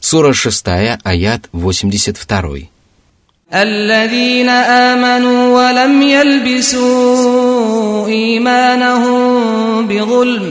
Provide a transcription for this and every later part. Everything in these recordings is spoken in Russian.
Сура 6, аят 82. الذين آمنوا ولم يلبسوا إيمانهم بظلم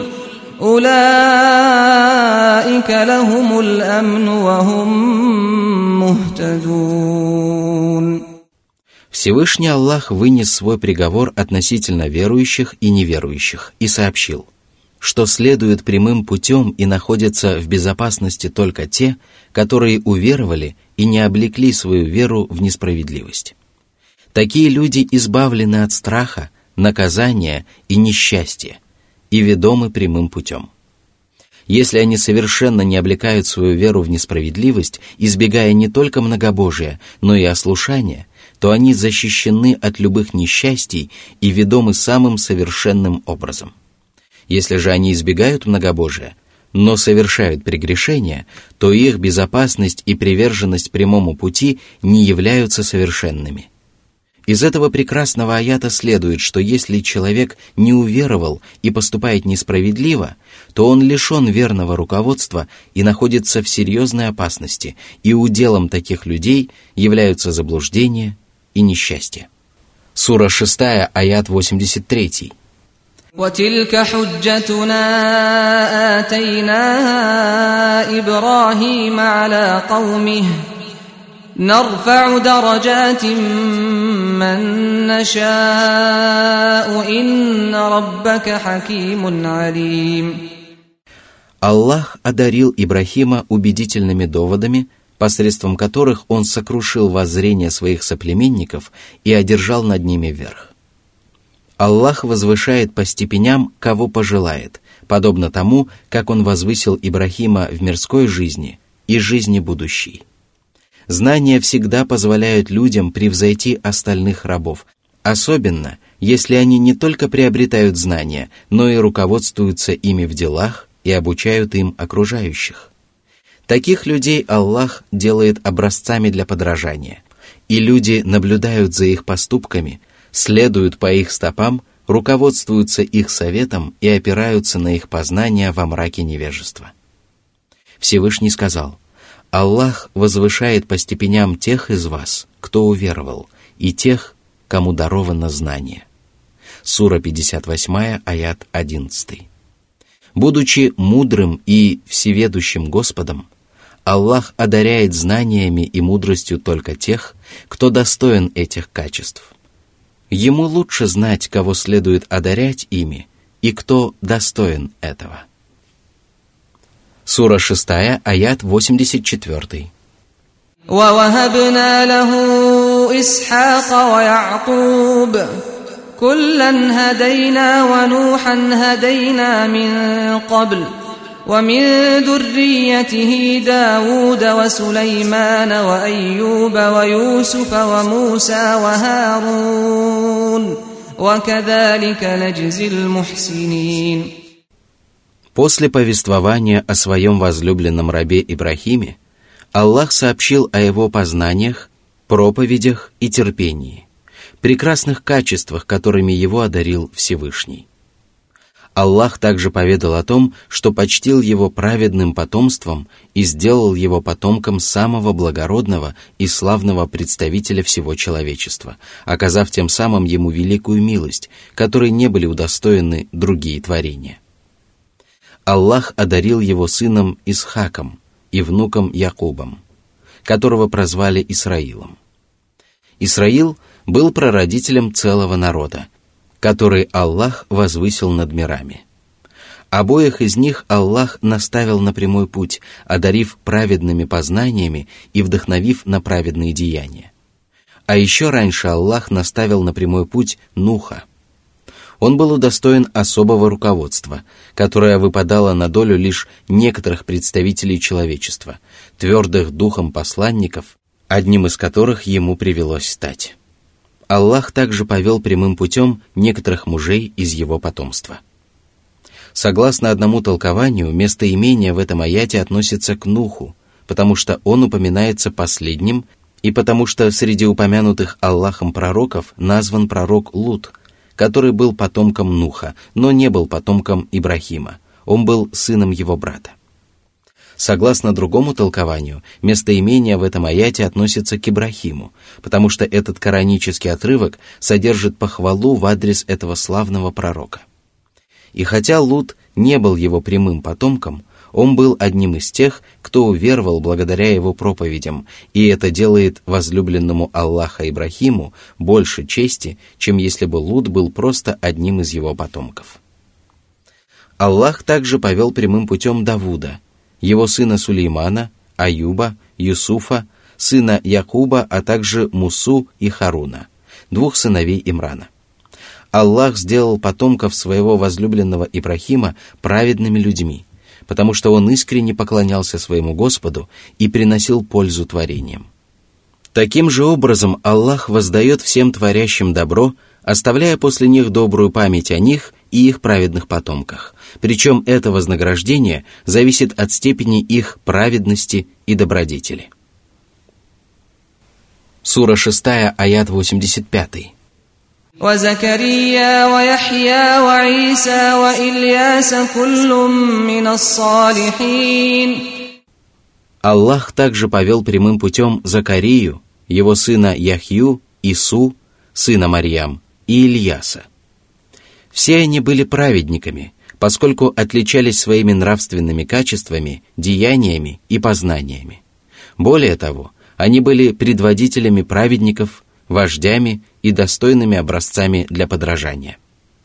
أولئك لهم الأمن وهم مهتدون. Всевышний Аллах вынес свой приговор относительно верующих и неверующих и сообщил, что следуют прямым путем и находятся в безопасности только те, которые уверовали и не облекли свою веру в несправедливость. Такие люди избавлены от страха, наказания и несчастья и ведомы прямым путем. Если они совершенно не облекают свою веру в несправедливость, избегая не только многобожия, но и ослушания, то они защищены от любых несчастий и ведомы самым совершенным образом. Если же они избегают многобожия, но совершают прегрешения, то их безопасность и приверженность прямому пути не являются совершенными. Из этого прекрасного аята следует, что если человек не уверовал и поступает несправедливо, то он лишен верного руководства и находится в серьезной опасности, и уделом таких людей являются заблуждения и несчастье. Сура 6, аят 83. وَتِلْكَ حُجَّتُنَا آتَيْنَاهَا إِبْرَاهِيمَ عَلَى قَوْمِهِ نَرْفَعُ دَرَجَاتٍ مَّن نَّشَاءُ إِنَّ رَبَّكَ حَكِيمٌ عَلِيمٌ. Аллах одарил Ибрахима убедительными доводами, посредством которых он сокрушил воззрения своих соплеменников и одержал над ними верх. Аллах возвышает по степеням, кого пожелает, подобно тому, как Он возвысил Ибрахима в мирской жизни и жизни будущей. Знания всегда позволяют людям превзойти остальных рабов, особенно, если они не только приобретают знания, но и руководствуются ими в делах и обучают им окружающих. Таких людей Аллах делает образцами для подражания, и люди наблюдают за их поступками, следуют по их стопам, руководствуются их советом и опираются на их познания во мраке невежества. Всевышний сказал: «Аллах возвышает по степеням тех из вас, кто уверовал, и тех, кому даровано знание». Сура 58, аят 11. Будучи мудрым и всеведущим Господом, Аллах одаряет знаниями и мудростью только тех, кто достоин этих качеств. Ему лучше знать, кого следует одарять ими, и кто достоин этого. Сура 6, аят 84. وَوَهَبْنَا لَهُ إِسْحَاقَ وَيَعْقُوبَ كُلًّا هَدَيْنَا وَنُوحًا هَدَيْنَا مِن قَبْلُ وَمِن ذُرِّيَّتِهِ دَاوُودَ وَسُلَيْمَانَ وَأَيُّوبَ وَيُوسُفَ وَمُوسَى وَهَارُونَ وَكَذَلِكَ نَجْزِي الْمُحْسِنِينَ. После повествования о своем возлюбленном рабе Ибрахиме, Аллах сообщил о его познаниях, проповедях и терпении, прекрасных качествах, которыми его одарил Всевышний. Аллах также поведал о том, что почтил его праведным потомством и сделал его потомком самого благородного и славного представителя всего человечества, оказав тем самым ему великую милость, которой не были удостоены другие творения. Аллах одарил его сыном Исхаком и внуком Якубом, которого прозвали Исраилом. Исраил был прародителем целого народа, который Аллах возвысил над мирами. Обоих из них Аллах наставил на прямой путь, одарив праведными познаниями и вдохновив на праведные деяния. А еще раньше Аллах наставил на прямой путь Нуха. Он был удостоен особого руководства, которое выпадало на долю лишь некоторых представителей человечества, твердых духом посланников, одним из которых ему привелось стать. Аллах также повел прямым путем некоторых мужей из его потомства. Согласно одному толкованию, местоимение в этом аяте относится к Нуху, потому что он упоминается последним и потому что среди упомянутых Аллахом пророков назван пророк Лут, который был потомком Нуха, но не был потомком Ибрахима, он был сыном его брата. Согласно другому толкованию, местоимение в этом аяте относится к Ибрахиму, потому что этот коранический отрывок содержит похвалу в адрес этого славного пророка. И хотя Лут не был его прямым потомком, он был одним из тех, кто уверовал благодаря его проповедям, и это делает возлюбленному Аллаха Ибрахиму больше чести, чем если бы Лут был просто одним из его потомков. Аллах также повел прямым путем Давуда, его сына Сулеймана, Аюба, Юсуфа, сына Якуба, а также Мусу и Харуна, двух сыновей Имрана. Аллах сделал потомков своего возлюбленного Ибрахима праведными людьми, потому что он искренне поклонялся своему Господу и приносил пользу творениям. Таким же образом Аллах воздает всем творящим добро, оставляя после них добрую память о них и их праведных потомках. Причем это вознаграждение зависит от степени их праведности и добродетели. Сура 6, аят 85. وَزَكَرِيَّا وَيَحْيَا وَعِيسَى وَإِلْيَاسَ كُلٌّ مِّنَ الصَّالِحِينَ. Аллах также повел прямым путем Закарию, его сына Яхью, Ису, сына Марьям, и Ильяса. Все они были праведниками, поскольку отличались своими нравственными качествами, деяниями и познаниями. Более того, они были предводителями праведников, вождями и достойными образцами для подражания.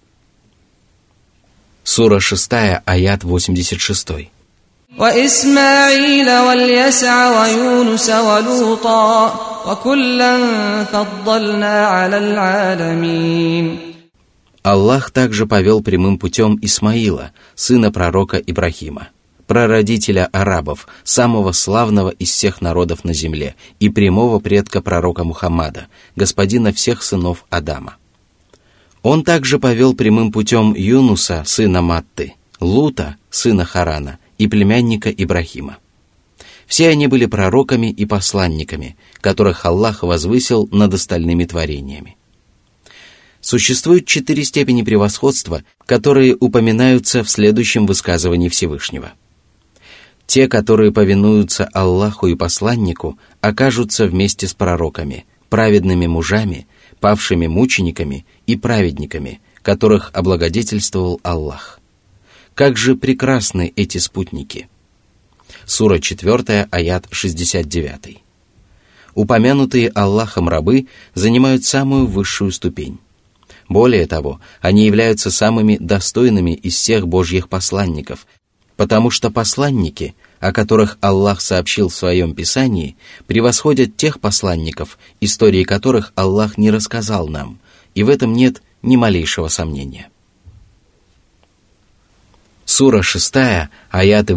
Сура 6, аят 86. وَإِسْمَاعِيلَ وَالْيَسَعَ وَيُونُسَ وَلُوطًا وَكُلًّا فَضَّلْنَا عَلَى الْعَالَمِينَ. Аллах также повел прямым путем Исмаила, сына пророка Ибрахима, прародителя арабов, самого славного из всех народов на земле и прямого предка пророка Мухаммада, господина всех сынов Адама. Он также повел прямым путем Юнуса, сына Матты, Лута, сына Харана, и племянника Ибрахима. Все они были пророками и посланниками, которых Аллах возвысил над остальными творениями. Существует 4 степени превосходства, которые упоминаются в следующем высказывании Всевышнего. Те, которые повинуются Аллаху и посланнику, окажутся вместе с пророками, праведными мужами, павшими мучениками и праведниками, которых облагодетельствовал Аллах. Как же прекрасны эти спутники! Сура 4, аят 69. Упомянутые Аллахом рабы занимают самую высшую ступень. Более того, они являются самыми достойными из всех Божьих посланников, потому что посланники, о которых Аллах сообщил в своем Писании, превосходят тех посланников, истории которых Аллах не рассказал нам, и в этом нет ни малейшего сомнения. Сура 6, аяты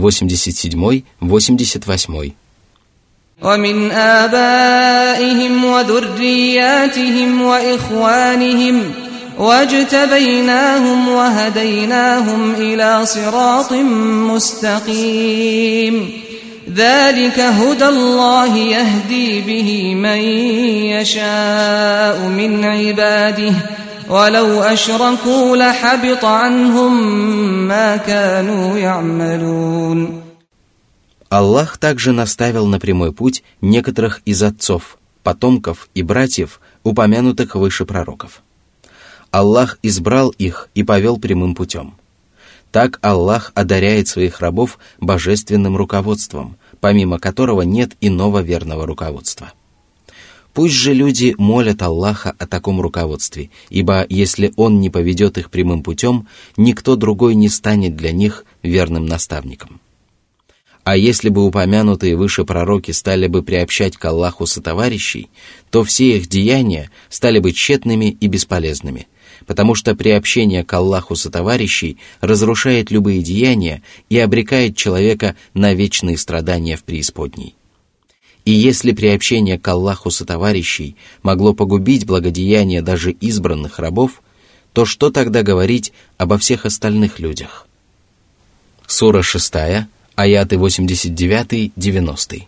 87-88. وَمِنْ آبَائِهِمْ وَذُرِّيَّاتِهِمْ وَإِخْوَانِهِمْ وَاجْتَبَيْنَاهُمْ وَهَدَيْنَاهُمْ إِلَى صِرَاطٍ مُسْتَقِيمٍ ذَلِكَ هُدَى اللَّهِ يَهْدِي بِهِ مَن يَشَاءُ مِنْ عِبَادِهِ وَلَوْ أَشْرَكُوا لَحَبِطَ عَنْهُمْ مَا كَانُوا يَعْمَلُونَ. Аллах также наставил на прямой путь некоторых из отцов, потомков и братьев, упомянутых выше пророков. Аллах избрал их и повел прямым путем. Так Аллах одаряет своих рабов божественным руководством, помимо которого нет иного верного руководства. Пусть же люди молят Аллаха о таком руководстве, ибо если Он не поведет их прямым путем, никто другой не станет для них верным наставником. А если бы упомянутые выше пророки стали бы приобщать к Аллаху сотоварищей, то все их деяния стали бы тщетными и бесполезными, потому что приобщение к Аллаху сотоварищей разрушает любые деяния и обрекает человека на вечные страдания в преисподней. И если приобщение к Аллаху сотоварищей могло погубить благодеяния даже избранных рабов, то что тогда говорить обо всех остальных людях? Сура 6, аяты 89-90.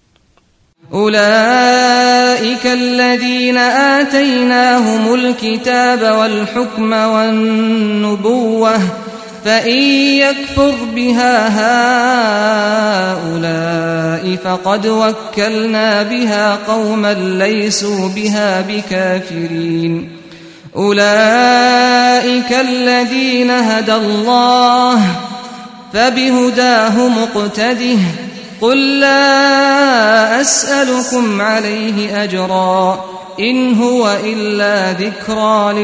أولئك الذين آتيناهم الكتاب والحكم والنبوة فإن يكفر بها هؤلاء فقد وكلنا بها قوما ليسوا بها بكافرين أولئك الذين هدى الله فبهداه مقتده قل لا أسألكم عليه أجرا إن هو إلا ذكرى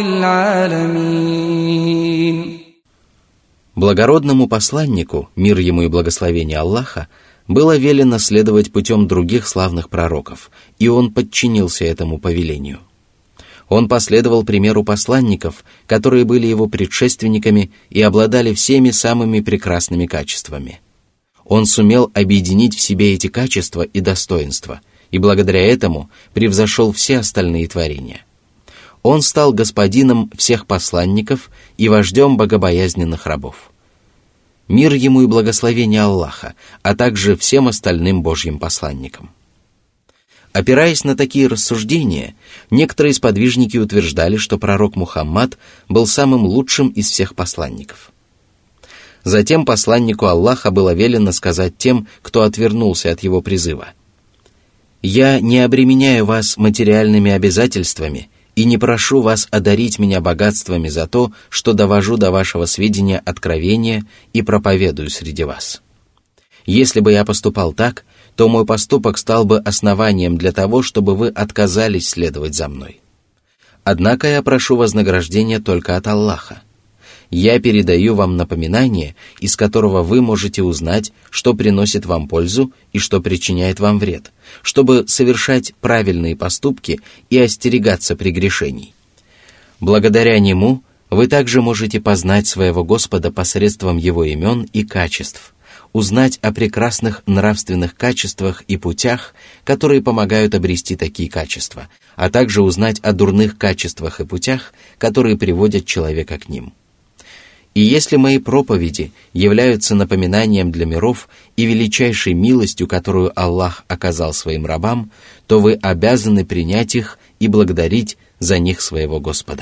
للعالمين. Благородному посланнику, мир ему и благословение Аллаха, было велено следовать путем других славных пророков, и он подчинился этому повелению. Он последовал примеру посланников, которые были его предшественниками и обладали всеми самыми прекрасными качествами. Он сумел объединить в себе эти качества и достоинства, и благодаря этому превзошел все остальные творения. Он стал господином всех посланников и вождем богобоязненных рабов. Мир ему и благословение Аллаха, а также всем остальным Божьим посланникам. Опираясь на такие рассуждения, некоторые сподвижники утверждали, что пророк Мухаммад был самым лучшим из всех посланников. Затем посланнику Аллаха было велено сказать тем, кто отвернулся от его призыва: «Я не обременяю вас материальными обязательствами и не прошу вас одарить меня богатствами за то, что довожу до вашего сведения откровения и проповедую среди вас. Если бы я поступал так, то мой поступок стал бы основанием для того, чтобы вы отказались следовать за мной. Однако я прошу вознаграждения только от Аллаха. Я передаю вам напоминание, из которого вы можете узнать, что приносит вам пользу и что причиняет вам вред, чтобы совершать правильные поступки и остерегаться прегрешений. Благодаря нему вы также можете познать своего Господа посредством его имен и качеств, узнать о прекрасных нравственных качествах и путях, которые помогают обрести такие качества, а также узнать о дурных качествах и путях, которые приводят человека к ним. И если мои проповеди являются напоминанием для миров и величайшей милостью, которую Аллах оказал своим рабам, то вы обязаны принять их и благодарить за них своего Господа».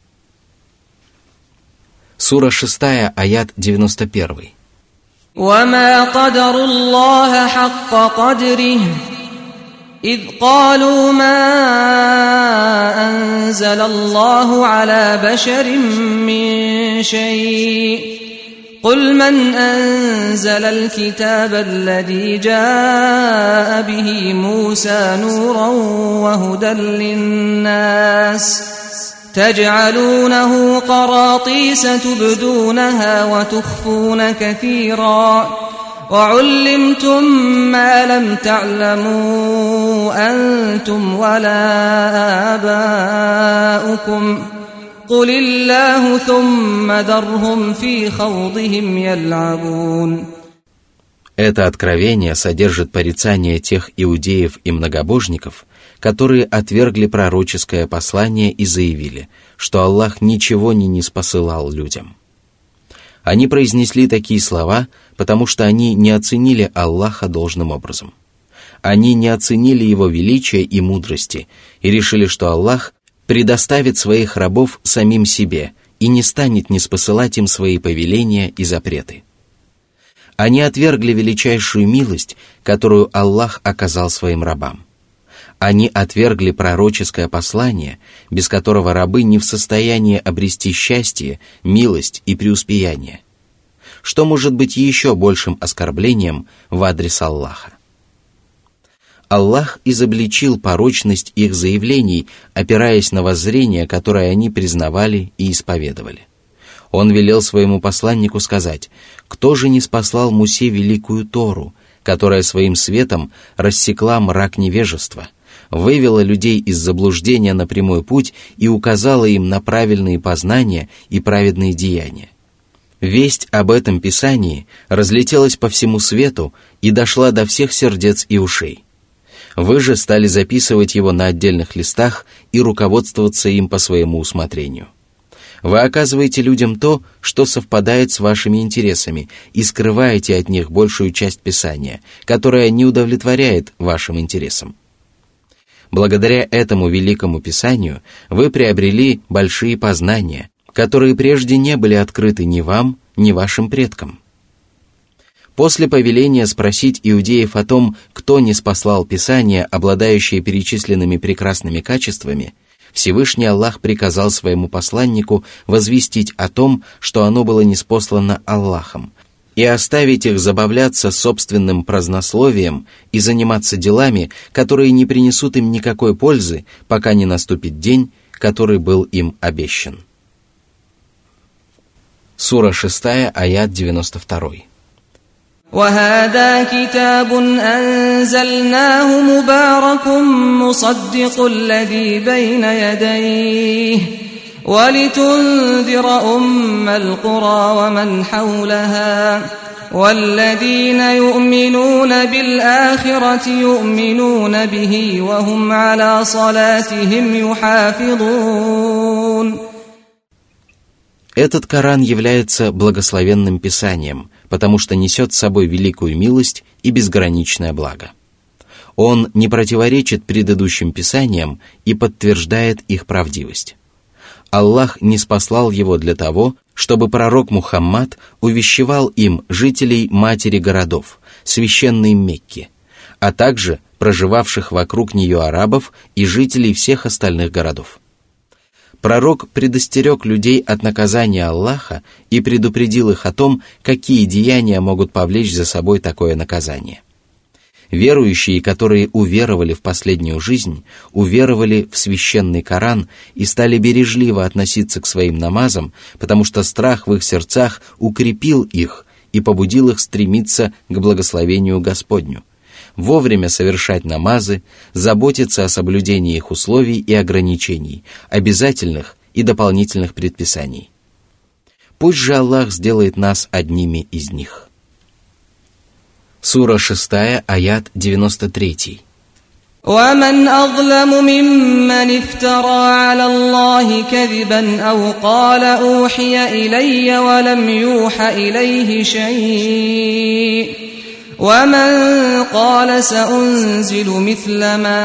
Сура 6, аят 91. وما قدروا الله حق قدره إذ قالوا ما أنزل الله على بشر من شيء قل من أنزل الكتاب الذي جاء به موسى نورا وهدى للناس تجعلونه قراطيس تبدونها وتخفون كثيرا وعلمتم ما لم تعلموا أنتم ولا آباؤكم قل الله ثم ذرهم في خوضهم يلعبون. Это откровение содержит порицание тех иудеев и многобожников, которые отвергли пророческое послание и заявили, что Аллах ничего не ниспосылал людям. Они произнесли такие слова, потому что они не оценили Аллаха должным образом. Они не оценили Его величия и мудрости и решили, что Аллах предоставит своих рабов самим себе и не станет ниспосылать им свои повеления и запреты. Они отвергли величайшую милость, которую Аллах оказал своим рабам. Они отвергли пророческое послание, без которого рабы не в состоянии обрести счастье, милость и преуспеяние. Что может быть еще большим оскорблением в адрес Аллаха? Аллах изобличил порочность их заявлений, опираясь на воззрение, которое они признавали и исповедовали. Он велел своему посланнику сказать: «Кто же ниспослал Мусе великую Тору, которая своим светом рассекла мрак невежества, вывела людей из заблуждения на прямой путь и указала им на правильные познания и праведные деяния? Весть об этом Писании разлетелась по всему свету и дошла до всех сердец и ушей. Вы же стали записывать его на отдельных листах и руководствоваться им по своему усмотрению. Вы оказываете людям то, что совпадает с вашими интересами, и скрываете от них большую часть Писания, которая не удовлетворяет вашим интересам. Благодаря этому великому Писанию вы приобрели большие познания, которые прежде не были открыты ни вам, не вашим предкам. После повеления спросить иудеев о том, кто ниспослал Писание, обладающее перечисленными прекрасными качествами, Всевышний Аллах приказал своему посланнику возвестить о том, что оно было ниспослано Аллахом, и оставить их забавляться собственным празднословием и заниматься делами, которые не принесут им никакой пользы, пока не наступит день, который был им обещан. Сура 6, аят 92. وهذا كتاب أنزلناه مبارك مصدق الذي بين يديه ولتنذر أم القرى ومن حولها والذين يؤمنون بالآخرة يؤمنون به وهم على صلاتهم يحافظون. Этот Коран является благословенным писанием, потому что несет с собой великую милость и безграничное благо. Он не противоречит предыдущим писаниям и подтверждает их правдивость. Аллах ниспослал его для того, чтобы пророк Мухаммад увещевал им жителей матери городов, священной Мекки, а также проживавших вокруг нее арабов и жителей всех остальных городов. Пророк предостерег людей от наказания Аллаха и предупредил их о том, какие деяния могут повлечь за собой такое наказание. Верующие, которые уверовали в последнюю жизнь, уверовали в священный Коран и стали бережливо относиться к своим намазам, потому что страх в их сердцах укрепил их и побудил их стремиться к благословению Господню, вовремя совершать намазы, заботиться о соблюдении их условий и ограничений, обязательных и дополнительных предписаний. Пусть же Аллах сделает нас одними из них. Сура 6, аят 93. ومن أظلم ممن افترى على الله كذبا أو قال أوحي إلي ولم يوح إليه شيء ومن قال سأنزل مثل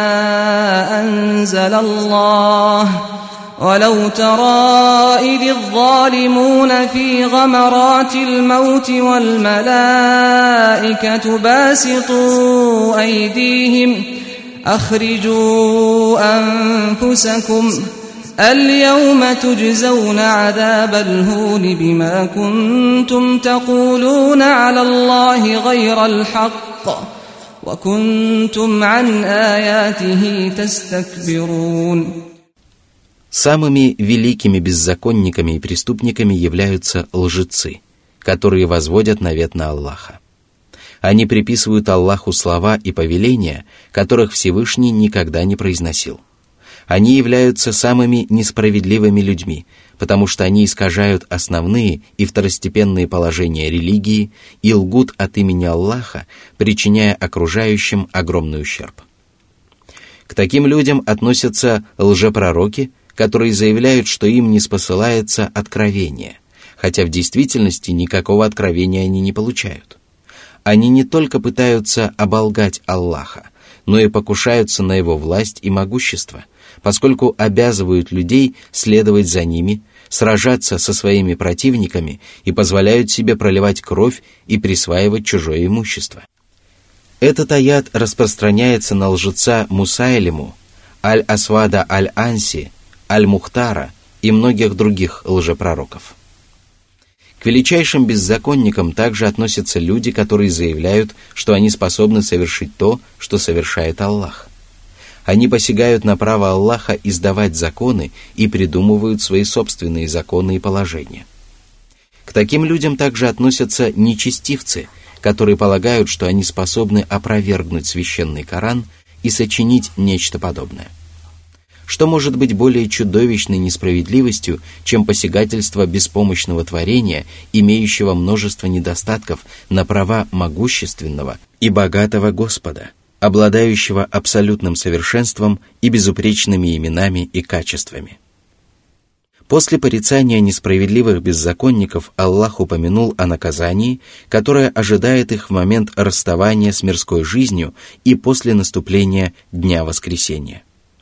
ما أنزل الله ولو ترى إذ الظالمون في غمرات الموت والملائكة باسطوا أيديهم أخرجوا أنفسكم اليوم تجزون عذاب الهون بما كنتم تقولون على الله غير الحق وكنتم عن آياته تستكبرون. Самыми великими беззаконниками и преступниками являются лжецы, которые возводят навет на Аллаха. Они приписывают Аллаху слова и повеления, которых Всевышний никогда не произносил. Они являются самыми несправедливыми людьми, потому что они искажают основные и второстепенные положения религии и лгут от имени Аллаха, причиняя окружающим огромный ущерб. К таким людям относятся лжепророки, которые заявляют, что им ниспосылается откровение, хотя в действительности никакого откровения они не получают. Они не только пытаются оболгать Аллаха, но и покушаются на его власть и могущество, поскольку обязывают людей следовать за ними, сражаться со своими противниками и позволяют себе проливать кровь и присваивать чужое имущество. Этот аят распространяется на лжеца Мусайлиму, Аль-Асвада Аль-Анси, Аль-Мухтара и многих других лжепророков. К величайшим беззаконникам также относятся люди, которые заявляют, что они способны совершить то, что совершает Аллах. Они посягают на право Аллаха издавать законы и придумывают свои собственные законы и положения. К таким людям также относятся нечестивцы, которые полагают, что они способны опровергнуть священный Коран и сочинить нечто подобное. Что может быть более чудовищной несправедливостью, чем посягательство беспомощного творения, имеющего множество недостатков, на права могущественного и богатого Господа, обладающего абсолютным совершенством и безупречными именами и качествами? После порицания несправедливых беззаконников Аллах упомянул о наказании, которое ожидает их в момент расставания с мирской жизнью и после наступления Дня Воскресения.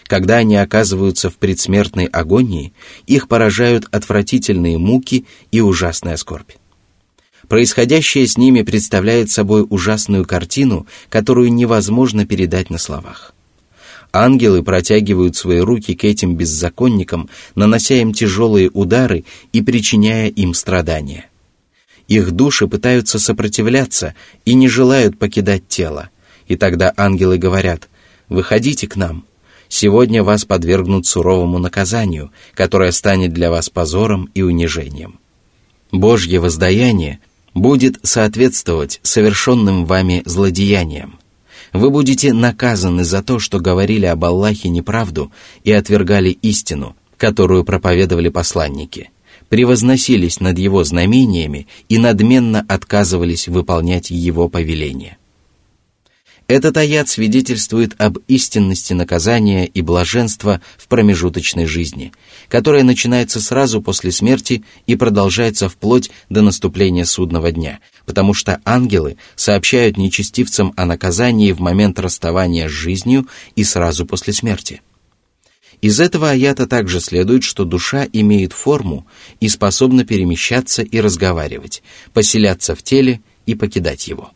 Когда они оказываются в предсмертной агонии, их поражают отвратительные муки и ужасная скорбь. Происходящее с ними представляет собой ужасную картину, которую невозможно передать на словах. Ангелы протягивают свои руки к этим беззаконникам, нанося им тяжелые удары и причиняя им страдания. Их души пытаются сопротивляться и не желают покидать тело. И тогда ангелы говорят: «Выходите к нам. Сегодня вас подвергнут суровому наказанию, которое станет для вас позором и унижением. Божье воздаяние будет соответствовать совершенным вами злодеяниям. Вы будете наказаны за то, что говорили об Аллахе неправду и отвергали истину, которую проповедовали посланники, превозносились над Его знамениями и надменно отказывались выполнять Его повеления». Этот аят свидетельствует об истинности наказания и блаженства в промежуточной жизни, которая начинается сразу после смерти и продолжается вплоть до наступления судного дня, потому что ангелы сообщают нечестивцам о наказании в момент расставания с жизнью и сразу после смерти. Из этого аята также следует, что душа имеет форму и способна перемещаться и разговаривать, поселяться в теле и покидать его.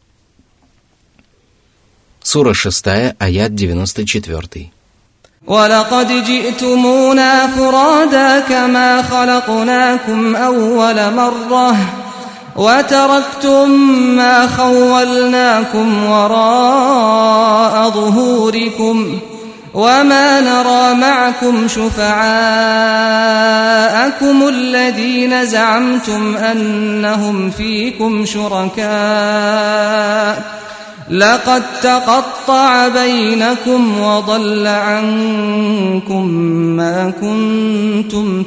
Сура 6, аят 94. وَلَقَدْ جِئْتُمُونَا فُرَادَى كَمَا خَلَقْنَاكُمْ أَوَّلَ مَرَّةٍ وَتَرَكْتُم مَّا خَوَّلْنَاكُمْ وَرَاءَ ظُهُورِكُمْ وَمَا نَرَىٰ مَعَكُمْ شُفَعَاءَكُمُ الَّذِينَ زَعَمْتُمْ أَنَّهُمْ فِيكُمْ شُرَكَاءُ لقد تقطع بينكم وضل عنكم ما كنتم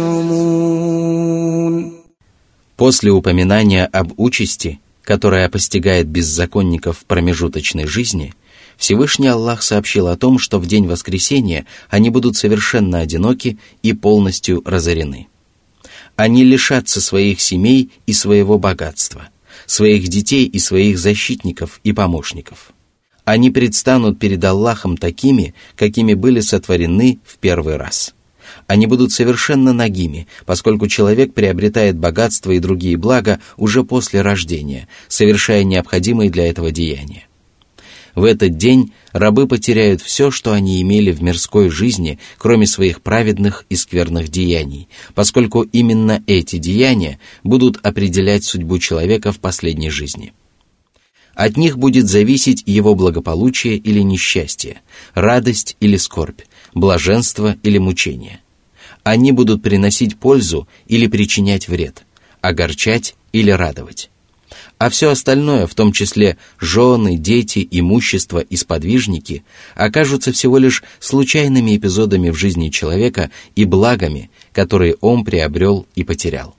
تزعمون. После упоминания об участи, которая постигает беззаконников в промежуточной жизни, Всевышний Аллах сообщил о том, что в день воскресения они будут совершенно одиноки и полностью разорены. Они лишатся своих семей и своего богатства, своих детей и своих защитников и помощников. Они предстанут перед Аллахом такими, какими были сотворены в первый раз. Они будут совершенно нагими, поскольку человек приобретает богатство и другие блага уже после рождения, совершая необходимые для этого деяния. В этот день рабы потеряют все, что они имели в мирской жизни, кроме своих праведных и скверных деяний, поскольку именно эти деяния будут определять судьбу человека в последней жизни. От них будет зависеть его благополучие или несчастье, радость или скорбь, блаженство или мучение. Они будут приносить пользу или причинять вред, огорчать или радовать. А все остальное, в том числе жены, дети, имущество и сподвижники, окажутся всего лишь случайными эпизодами в жизни человека и благами, которые он приобрел и потерял.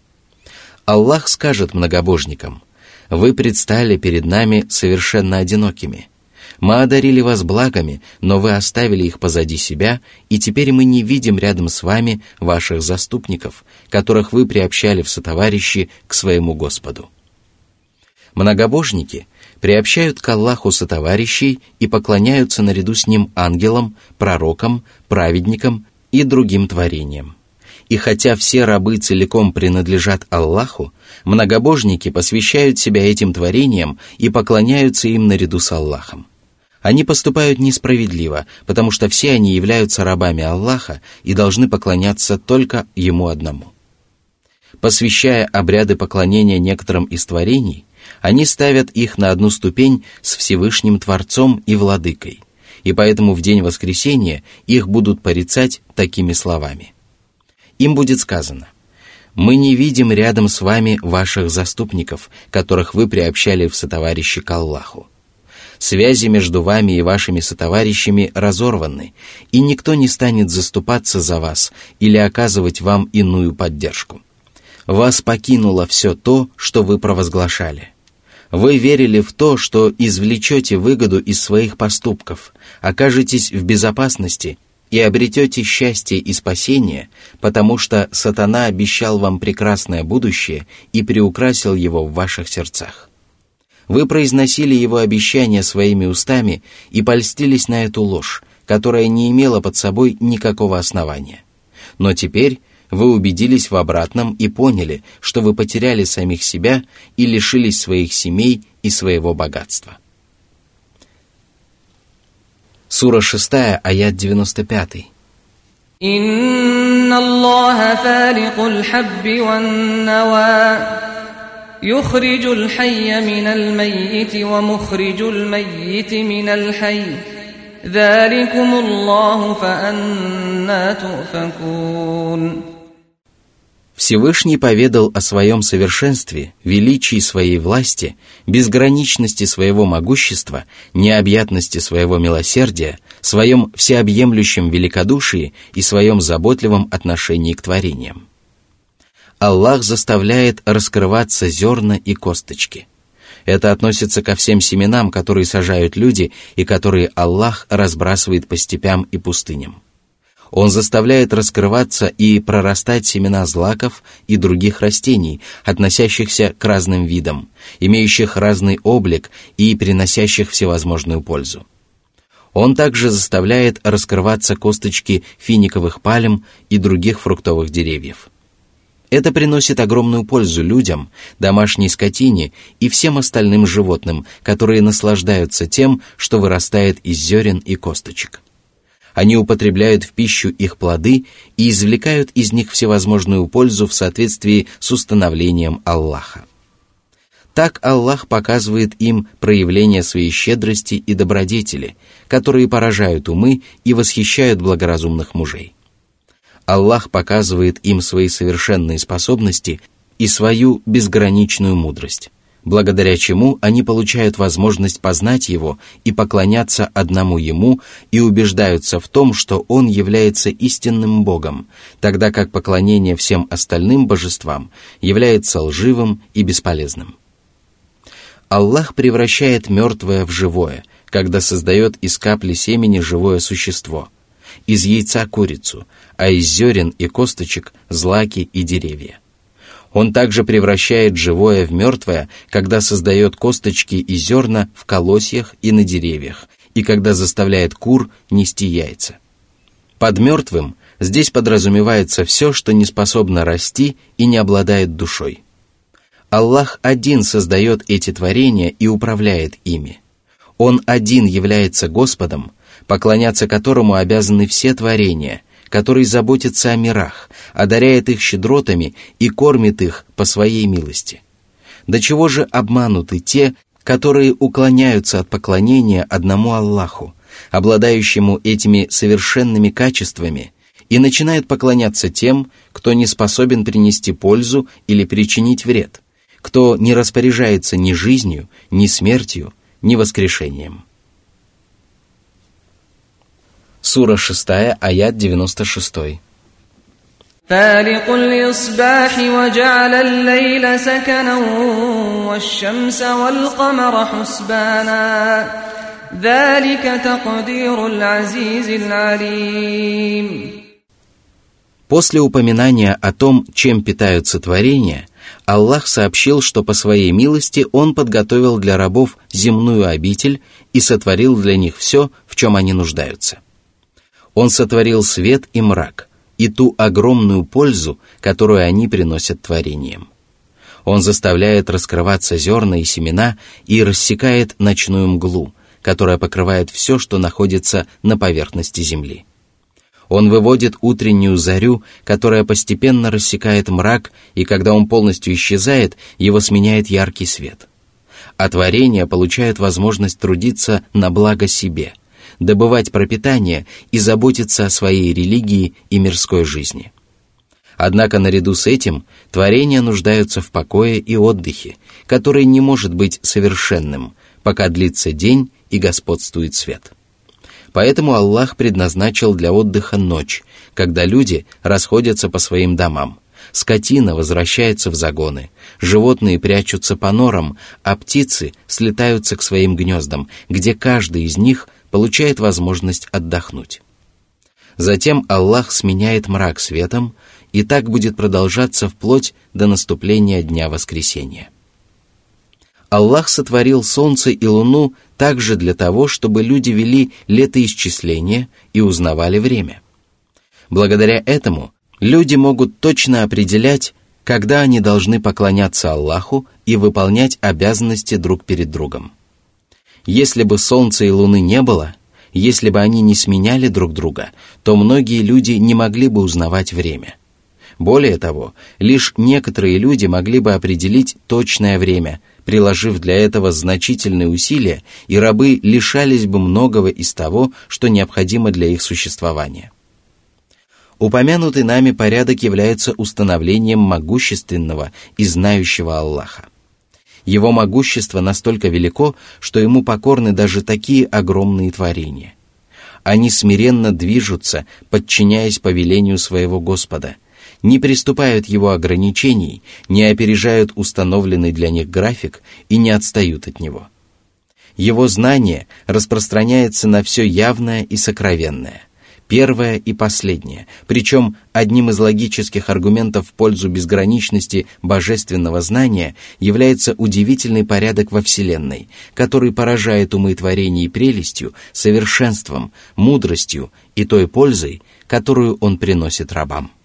Аллах скажет многобожникам: «Вы предстали перед нами совершенно одинокими. Мы одарили вас благами, но вы оставили их позади себя, и теперь мы не видим рядом с вами ваших заступников, которых вы приобщали в сотоварищи к своему Господу». Многобожники приобщают к Аллаху сотоварищей и поклоняются наряду с ним ангелам, пророкам, праведникам и другим творениям. И хотя все рабы целиком принадлежат Аллаху, многобожники посвящают себя этим творениям и поклоняются им наряду с Аллахом. Они поступают несправедливо, потому что все они являются рабами Аллаха и должны поклоняться только Ему одному. Посвящая обряды поклонения некоторым из творений, они ставят их на одну ступень с Всевышним Творцом и Владыкой, и поэтому в день воскресения их будут порицать такими словами. Им будет сказано: «Мы не видим рядом с вами ваших заступников, которых вы приобщали в сотоварищи к Аллаху. Связи между вами и вашими сотоварищами разорваны, и никто не станет заступаться за вас или оказывать вам иную поддержку. Вас покинуло все то, что вы провозглашали. Вы верили в то, что извлечете выгоду из своих поступков, окажетесь в безопасности и обретете счастье и спасение, потому что сатана обещал вам прекрасное будущее и приукрасил его в ваших сердцах. Вы произносили его обещания своими устами и польстились на эту ложь, которая не имела под собой никакого основания. Но теперь вы убедились в обратном и поняли, что вы потеряли самих себя и лишились своих семей и своего богатства. Сура 6, аят 95. إن الله فالق الحب والنوى يخرج الحي من الميت ومخرج الميت من الحي ذلكم الله فأنى تؤفكون. Всевышний поведал о своем совершенстве, величии своей власти, безграничности своего могущества, необъятности своего милосердия, своем всеобъемлющем великодушии и своем заботливом отношении к творениям. Аллах заставляет раскрываться зерна и косточки. Это относится ко всем семенам, которые сажают люди и которые Аллах разбрасывает по степям и пустыням. Он заставляет раскрываться и прорастать семена злаков и других растений, относящихся к разным видам, имеющих разный облик и приносящих всевозможную пользу. Он также заставляет раскрываться косточки финиковых пальм и других фруктовых деревьев. Это приносит огромную пользу людям, домашней скотине и всем остальным животным, которые наслаждаются тем, что вырастает из зерен и косточек. Они употребляют в пищу их плоды и извлекают из них всевозможную пользу в соответствии с установлением Аллаха. Так Аллах показывает им проявление своей щедрости и добродетели, которые поражают умы и восхищают благоразумных мужей. Аллах показывает им свои совершенные способности и свою безграничную мудрость, благодаря чему они получают возможность познать Его и поклоняться одному Ему и убеждаются в том, что Он является истинным Богом, тогда как поклонение всем остальным божествам является лживым и бесполезным. Аллах превращает мертвое в живое, когда создает из капли семени живое существо, из яйца курицу, а из зерен и косточек злаки и деревья. Он также превращает живое в мертвое, когда создает косточки и зерна в колосьях и на деревьях, и когда заставляет кур нести яйца. Под мертвым здесь подразумевается все, что не способно расти и не обладает душой. Аллах один создает эти творения и управляет ими. Он один является Господом, поклоняться которому обязаны все творения, который заботится о мирах, одаряет их щедротами и кормит их по своей милости. До чего же обмануты те, которые уклоняются от поклонения одному Аллаху, обладающему этими совершенными качествами, и начинают поклоняться тем, кто не способен принести пользу или причинить вред, кто не распоряжается ни жизнью, ни смертью, ни воскрешением. Сура 6, аят 96. فالق الإصباح وجعل الليل سكنا والشمس والقمر حسبانا ذلك تقدير العزيز العليم. После упоминания о том, чем питаются творения, Аллах сообщил, что по своей милости Он подготовил для рабов земную обитель и сотворил для них все, в чем они нуждаются. Он сотворил свет и мрак, и ту огромную пользу, которую они приносят творениям. Он заставляет раскрываться зерна и семена и рассекает ночную мглу, которая покрывает все, что находится на поверхности земли. Он выводит утреннюю зарю, которая постепенно рассекает мрак, и когда он полностью исчезает, его сменяет яркий свет. А творения получают возможность трудиться на благо себе, добывать пропитание и заботиться о своей религии и мирской жизни. Однако наряду с этим творения нуждаются в покое и отдыхе, который не может быть совершенным, пока длится день и господствует свет. Поэтому Аллах предназначил для отдыха ночь, когда люди расходятся по своим домам, скотина возвращается в загоны, животные прячутся по норам, а птицы слетаются к своим гнездам, где каждый из них получает возможность отдохнуть. Затем Аллах сменяет мрак светом, и так будет продолжаться вплоть до наступления Дня Воскресения. Аллах сотворил солнце и луну также для того, чтобы люди вели летоисчисление и узнавали время. Благодаря этому люди могут точно определять, когда они должны поклоняться Аллаху и выполнять обязанности друг перед другом. Если бы солнца и луны не было, если бы они не сменяли друг друга, то многие люди не могли бы узнавать время. Более того, лишь некоторые люди могли бы определить точное время, приложив для этого значительные усилия, и рабы лишались бы многого из того, что необходимо для их существования. Упомянутый нами порядок является установлением могущественного и знающего Аллаха. Его могущество настолько велико, что ему покорны даже такие огромные творения. Они смиренно движутся, подчиняясь повелению своего Господа, не приступают его ограничений, не опережают установленный для них график и не отстают от него. Его знание распространяется на все явное и сокровенное, первое и последнее, причем одним из логических аргументов в пользу безграничности божественного знания является удивительный порядок во Вселенной, который поражает умы творений прелестью, совершенством, мудростью и той пользой, которую он приносит рабам.